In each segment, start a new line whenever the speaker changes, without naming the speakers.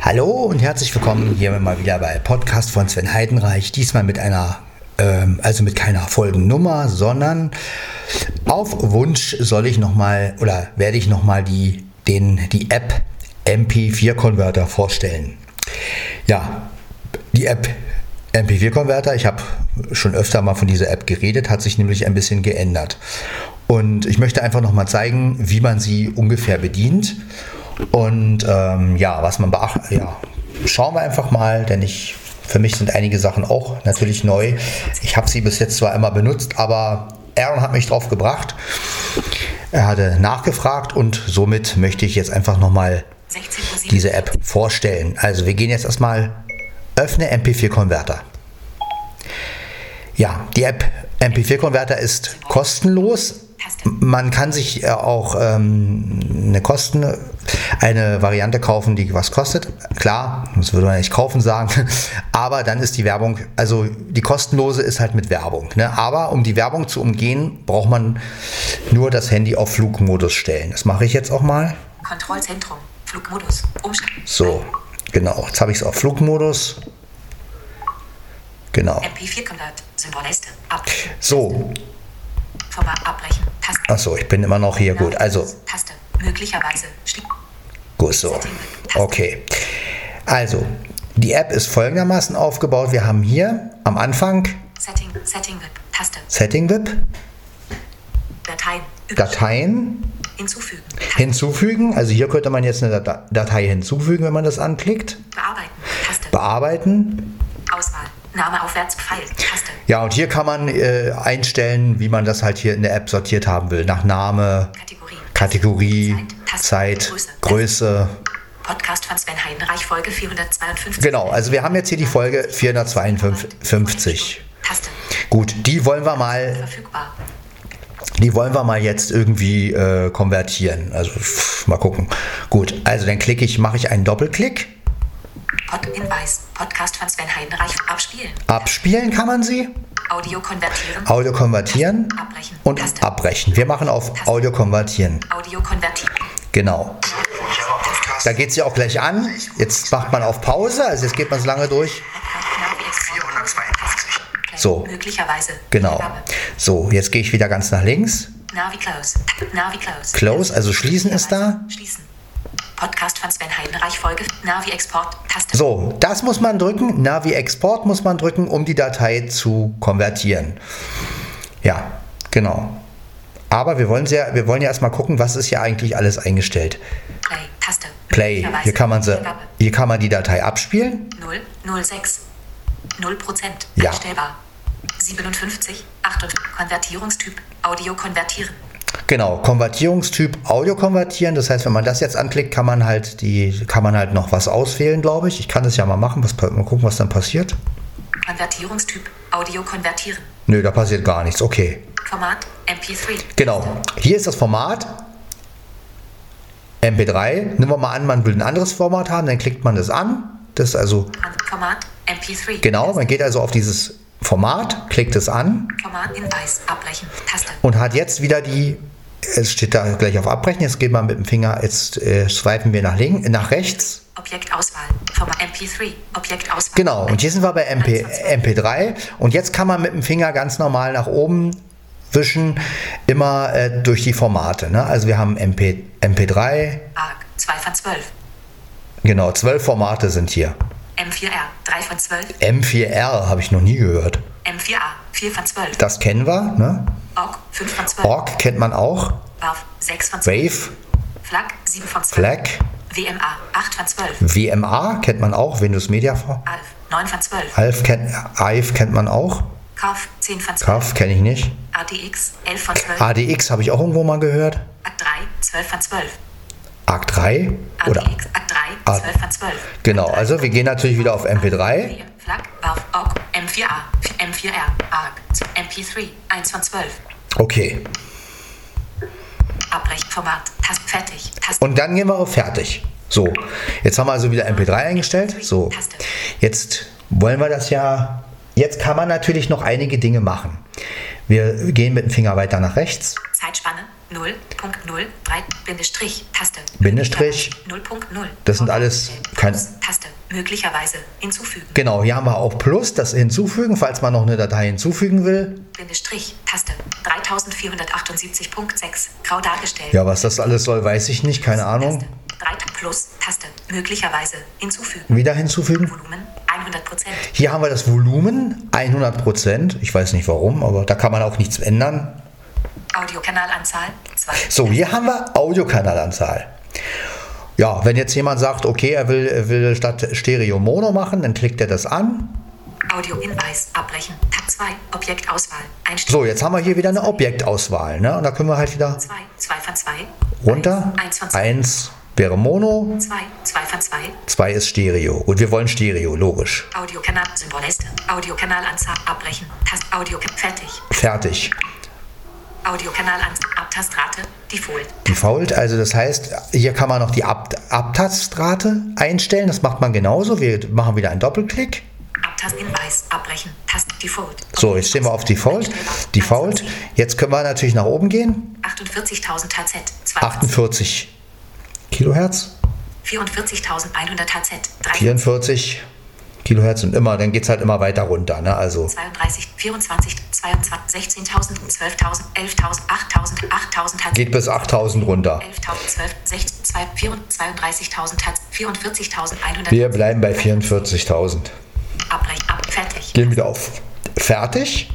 Hallo und herzlich willkommen hier mal wieder bei Podcast von Sven Heidenreich. Diesmal mit mit keiner Folgennummer, sondern auf Wunsch werde ich nochmal die App MP4-Converter vorstellen. Ja, die App MP4-Converter, ich habe schon öfter mal von dieser App geredet, hat sich nämlich ein bisschen geändert. Und ich möchte einfach nochmal zeigen, wie man sie ungefähr bedient. Und was man beachtet, schauen wir einfach mal, denn für mich sind einige Sachen auch natürlich neu. Ich habe sie bis jetzt zwar immer benutzt, aber Aaron hat mich drauf gebracht. Er hatte nachgefragt und somit möchte ich jetzt einfach nochmal diese App vorstellen. Also wir gehen jetzt erstmal, öffne MP4-Converter. Ja, die App MP4-Converter ist kostenlos. Man kann sich auch eine Variante kaufen, die was kostet. Klar, das würde man nicht kaufen sagen, aber dann ist die Werbung, also die kostenlose ist halt mit Werbung. Ne? Aber um die Werbung zu umgehen, braucht man nur das Handy auf Flugmodus stellen. Das mache ich jetzt auch mal.
Kontrollzentrum, Flugmodus, Umschalten.
So, genau. Jetzt habe ich es auf Flugmodus. Genau.
MP4-Convert, Symbolleiste,
so.
Format abbrechen, Taste.
Achso, ich bin immer noch hier. Gut, also.
Taste, möglicherweise.
Gut, so. Okay. Also, die App ist folgendermaßen aufgebaut. Wir haben hier am Anfang
Setting VIP, Taste.
Setting VIP. Dateien. Hinzufügen. Also hier könnte man jetzt eine Datei hinzufügen, wenn man das anklickt.
Bearbeiten, Taste.
Bearbeiten.
Auswahl. Name aufwärts, Pfeil, Taste.
Ja, und hier kann man einstellen, wie man das halt hier in der App sortiert haben will. Nach Name, Kategorie, Zeit, Größe.
Podcast von Sven Heidenreich, Folge 452.
Genau, also wir haben jetzt hier die Folge 452.
Taste.
Gut, die wollen wir mal jetzt irgendwie konvertieren. Also mal gucken. Gut, also dann mache ich einen Doppelklick.
Hinweis, Podcast von Sven Heidenreich, abspielen.
Abspielen kann man sie.
Audio konvertieren.
Audio konvertieren.
Abbrechen.
Und
Taste.
Abbrechen. Wir machen auf
Taste.
Audio konvertieren.
Audio konvertieren.
Genau. Da geht sie auch gleich an. Jetzt macht man auf Pause, also jetzt geht man so lange durch.
452.
So.
Möglicherweise.
Genau. So, jetzt gehe ich wieder ganz nach links.
Navi Close. Navi Close.
Close, also schließen ist da.
Schließen. Podcast von Sven Heidenreich, Folge Navi Export, Taste.
So, das muss man drücken. Navi Export muss man drücken, um die Datei zu konvertieren. Ja, genau. Aber wir wollen ja erstmal gucken, was ist hier eigentlich alles eingestellt.
Play, Taste.
Play. Hier kann man die Datei abspielen.
0,06. 0%.
Ja.
Einstellbar. 57. 58. Konvertierungstyp. Audio konvertieren.
Genau, Konvertierungstyp Audio konvertieren. Das heißt, wenn man das jetzt anklickt, kann man halt noch was auswählen, glaube ich. Ich kann das ja mal machen. Mal gucken, was dann passiert.
Konvertierungstyp Audio konvertieren.
Nö, da passiert gar nichts. Okay.
Format MP3.
Genau. Hier ist das Format MP3. Nehmen wir mal an, man will ein anderes Format haben, dann klickt man das an. Das ist also
Format MP3.
Genau, man geht also auf dieses Format, klickt es an.
Format Hinweis, abbrechen, Taste.
Und hat jetzt wieder es steht da gleich auf Abbrechen, jetzt geht man mit dem Finger, jetzt swipen wir nach rechts.
Objektauswahl, Format MP3, Objektauswahl.
Genau, und hier sind wir bei MP3 und jetzt kann man mit dem Finger ganz normal nach oben wischen, immer durch die Formate. Ne? Also wir haben MP3.
ARC, 2 von 12.
Genau, 12 Formate sind hier.
M4R, 3 von 12.
M4R habe ich noch nie gehört.
M4A, 4 von 12.
Das kennen wir, ne?
OGG, 5 von 12.
OGG kennt man auch.
WAV, 6 von 12.
Wave.
FLAC, 7 von 12.
FLAC.
WMA, 8 von 12.
WMA kennt man auch, Windows Media.
ALF, 9 von 12.
AIF kennt man auch.
CAF, 10 von 12.
CAF kenne ich nicht.
ADX, 11 von 12.
ADX habe ich auch irgendwo mal gehört.
ACK 3, 12 von 12.
ACK 3? Oder
ADX, ACK 3, 12 von 12.
Genau, also wir gehen natürlich wieder auf MP3.
FLAC, WAV, OGG, M4A, M4R, ARC, MP3, 1 von 12.
Okay.
Abbrechenformat, Taste, fertig, Taste.
Und dann gehen wir auf Fertig. So, jetzt haben wir also wieder MP3 eingestellt. So, jetzt wollen wir das ja. Jetzt kann man natürlich noch einige Dinge machen. Wir gehen mit dem Finger weiter nach rechts.
Zeitspanne, 0.03 Bindestrich Taste.
Bindestrich.
0.0.
Das sind alles keine.
Taste. Möglicherweise hinzufügen.
Genau, hier haben wir auch Plus, das hinzufügen, falls man noch eine Datei hinzufügen will.
Bindestrich Taste. 3478.6 grau dargestellt.
Ja, was das alles soll, weiß ich nicht, keine Ahnung.
Taste. 3 Plus Taste. Möglicherweise hinzufügen.
Wieder hinzufügen.
Volumen 100%.
Hier haben wir das Volumen 100%. Ich weiß nicht warum, aber da kann man auch nichts ändern.
Audiokanalanzahl 2.
So, hier haben wir Audiokanalanzahl. Ja, wenn jetzt jemand sagt, okay, er will statt Stereo Mono machen, dann klickt er das an.
Audiohinweis abbrechen. Tab 2. Objektauswahl.
So, jetzt haben wir hier wieder eine Objektauswahl. Ne? Und da können wir halt wieder
2 von 2.
runter.
1 von 2.
1 wäre Mono.
2 von 2.
2 ist Stereo. Und wir wollen Stereo, logisch.
Audiokanal Symboliste. Audiokanalanzahl abbrechen. Tast Audio fertig.
Fertig.
Audiokanal-Anzahl, Abtastrate, Default.
Default, also das heißt, hier kann man noch die Abtastrate einstellen. Das macht man genauso. Wir machen wieder einen Doppelklick.
Abtasthinweis, abbrechen, Tast, Default.
So, jetzt stehen wir auf Default. Default. Jetzt können wir natürlich nach oben gehen.
48.000 Hz.
48 Kilohertz.
44.100 Hz.
44 Kilohertz und immer, dann geht es halt immer weiter runter. Ne? Also
32, 24, 22, 16.000, 12.000, 11.000, 8.000, 8.000 Hz.
geht bis 8.000 runter.
11.000, 12, 16, 32.000 Hz. 44.100.
Wir bleiben bei 44.000.
Abbrechen, fertig.
Gehen wieder auf Fertig.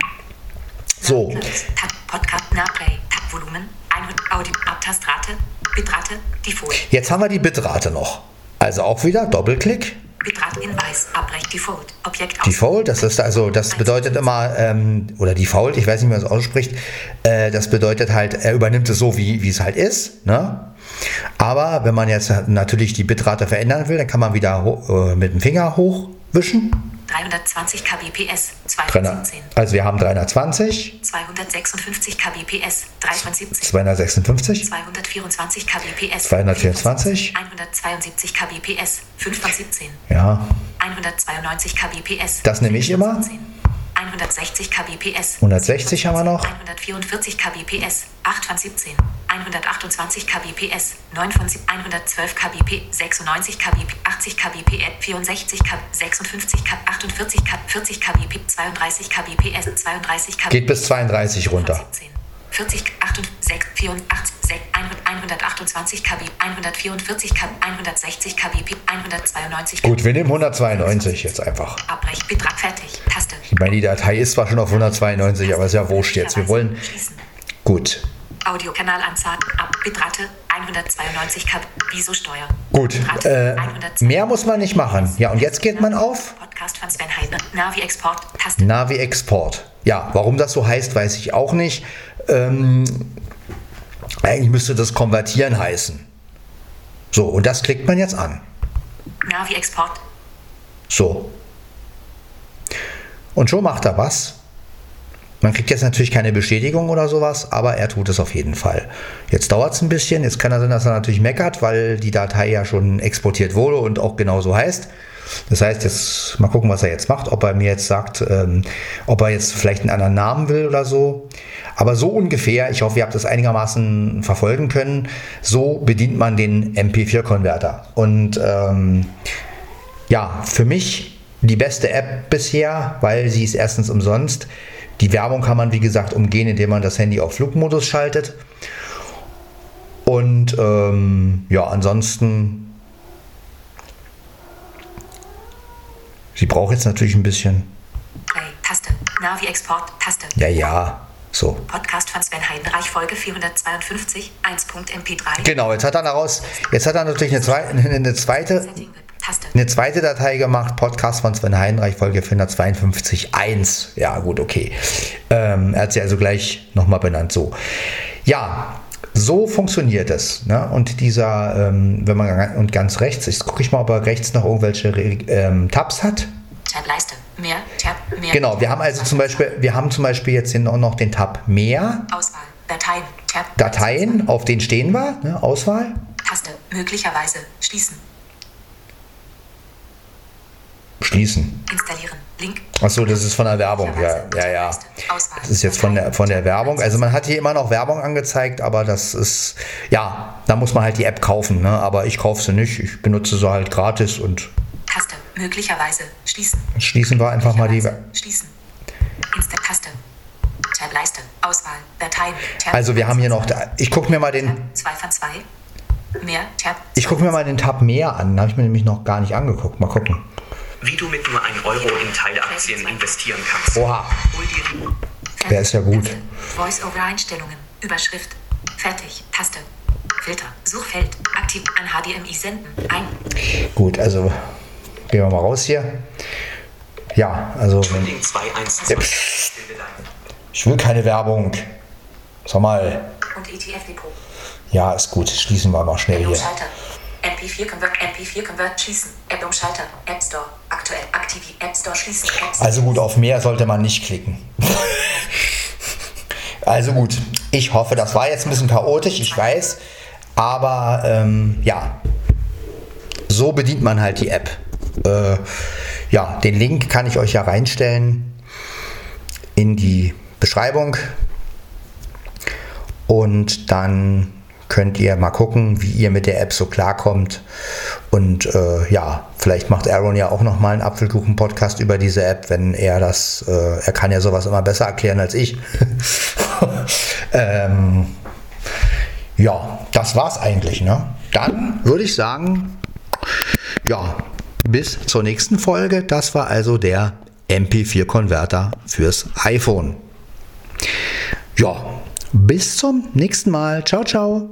So.
Podcast, Nachplay, Volumen, Audio, Abtastrate, Bitrate, Default.
Jetzt haben wir die Bitrate noch. Also auch wieder Doppelklick.
Bitrate-Hinweis, Abbrechen, Default, Objekt
Default, das ist also, das bedeutet immer, oder Default, ich weiß nicht, wie man es ausspricht, das bedeutet halt, er übernimmt es so, wie es halt ist, ne? Aber wenn man jetzt natürlich die Bitrate verändern will, dann kann man wieder mit dem Finger hochwischen.
320 kbps, 217.
Also wir haben 320.
256 kbps, 3 von 70.
256.
224 kbps.
224.
172 kbps, 5 von 17.
Ja.
192 kbps.
Das nehme ich immer.
160 kbps.
160 haben wir noch.
144 kbps, 8 von 17. 128 kbps, 9 von 17. 112 kbp, 96 kbp, 80 kbp, 64 kbp, 56 kbp, 48 kbp, 40 kbp, 32 kbps, 32 kbp.
Geht bis 32 runter.
40, 68, 84, 128 kbp, 144 kbp, 160 kbp, 192 kbp.
Gut, wir nehmen 192 jetzt einfach.
Abbrechen, Betrag fertig, Taste.
Ich meine, die Datei ist zwar schon auf 192, aber ist ja wurscht jetzt. Wir wollen... Gut.
Audiokanal-Anzahl, Bitrate, 192 kbp, Visosteuer.
Gut, mehr muss man nicht machen. Ja, und jetzt geht man auf...
Podcast von Sven Heidner, Navi-Export, Taste.
Navi-Export. Ja, warum das so heißt, weiß ich auch nicht. Eigentlich müsste das Konvertieren heißen. So, und das klickt man jetzt an.
Navi-Export.
So. Und schon macht er was. Man kriegt jetzt natürlich keine Bestätigung oder sowas, aber er tut es auf jeden Fall. Jetzt dauert es ein bisschen. Jetzt kann er sein, dass er natürlich meckert, weil die Datei ja schon exportiert wurde und auch genauso heißt. Das heißt, jetzt mal gucken, was er jetzt macht, ob er mir jetzt sagt, ob er jetzt vielleicht einen anderen Namen will oder so. Aber so ungefähr, ich hoffe, ihr habt das einigermaßen verfolgen können, so bedient man den MP4-Konverter. Und ja, für mich die beste App bisher, weil sie ist erstens umsonst. Die Werbung kann man, wie gesagt, umgehen, indem man das Handy auf Flugmodus schaltet. Und ja, ansonsten... Sie braucht jetzt natürlich ein bisschen.
Play, Taste. Navi-Export, Taste.
Ja, so.
Podcast von Sven Heidenreich, Folge 452, 1.mp3.
Genau, jetzt hat er natürlich eine zweite Datei gemacht, Podcast von Sven Heidenreich, Folge 452, 1. Ja, gut, okay. Er hat sie also gleich nochmal benannt, so. Ja, so funktioniert es. Ne? Und dieser, wenn man ganz rechts, jetzt gucke ich mal, ob er rechts noch irgendwelche Tabs hat.
Tab-Leiste, mehr, Tab, mehr.
Genau, wir haben zum Beispiel jetzt hier noch den Tab Mehr.
Auswahl, Dateien, Tab.
Dateien, auf den stehen wir, ne? Auswahl.
Taste, möglicherweise, schließen.
Schließen.
Installieren. Link.
Achso, das ist von der Werbung. Ja. Das ist jetzt von der Werbung. Also man hat hier immer noch Werbung angezeigt, aber das ist, ja, da muss man halt die App kaufen. Ne? Aber ich kaufe sie nicht. Ich benutze sie halt gratis und
Taste. Möglicherweise. Schließen.
schließen wir einfach mal die.
Schließen. Taste. Tab-Leiste. Auswahl. Dateien. Tab.
Also wir haben hier noch, ich gucke mir mal den
2 von 2. Mehr. Tab.
Ich gucke mir mal den Tab mehr an. Da habe ich mir nämlich noch gar nicht angeguckt. Mal gucken.
Wie du mit nur 1 Euro in Teilaktien investieren kannst.
Oha,
Hol dir die.
der ist ja gut.
Voice-over-Einstellungen. Überschrift. Fertig. Taste. Filter. Suchfeld. Aktiv an HDMI senden. Ein.
Gut, also gehen wir mal raus hier. Ja, also
Trading 212.
ich will keine Werbung. Sag mal.
Und ETF-Depot.
Ja, ist gut. Schließen wir mal schnell hier.
Schalter. MP4 Convert schließen. App Schalter. App Store. Aktuell. Aktiv. App Store schließen. App Store.
Also gut, auf mehr sollte man nicht klicken. Also gut, ich hoffe, das war jetzt ein bisschen chaotisch, ich weiß. Aber ja, so bedient man halt die App. Ja, den Link kann ich euch ja reinstellen in die Beschreibung. Und dann könnt ihr mal gucken, wie ihr mit der App so klarkommt. Und ja, vielleicht macht Aaron ja auch nochmal einen Apfelkuchen-Podcast über diese App, wenn er das, er kann ja sowas immer besser erklären als ich. Ja, das war's eigentlich, ne? Dann würde ich sagen, ja, bis zur nächsten Folge. Das war also der MP4-Konverter fürs iPhone. Ja, bis zum nächsten Mal. Ciao, ciao.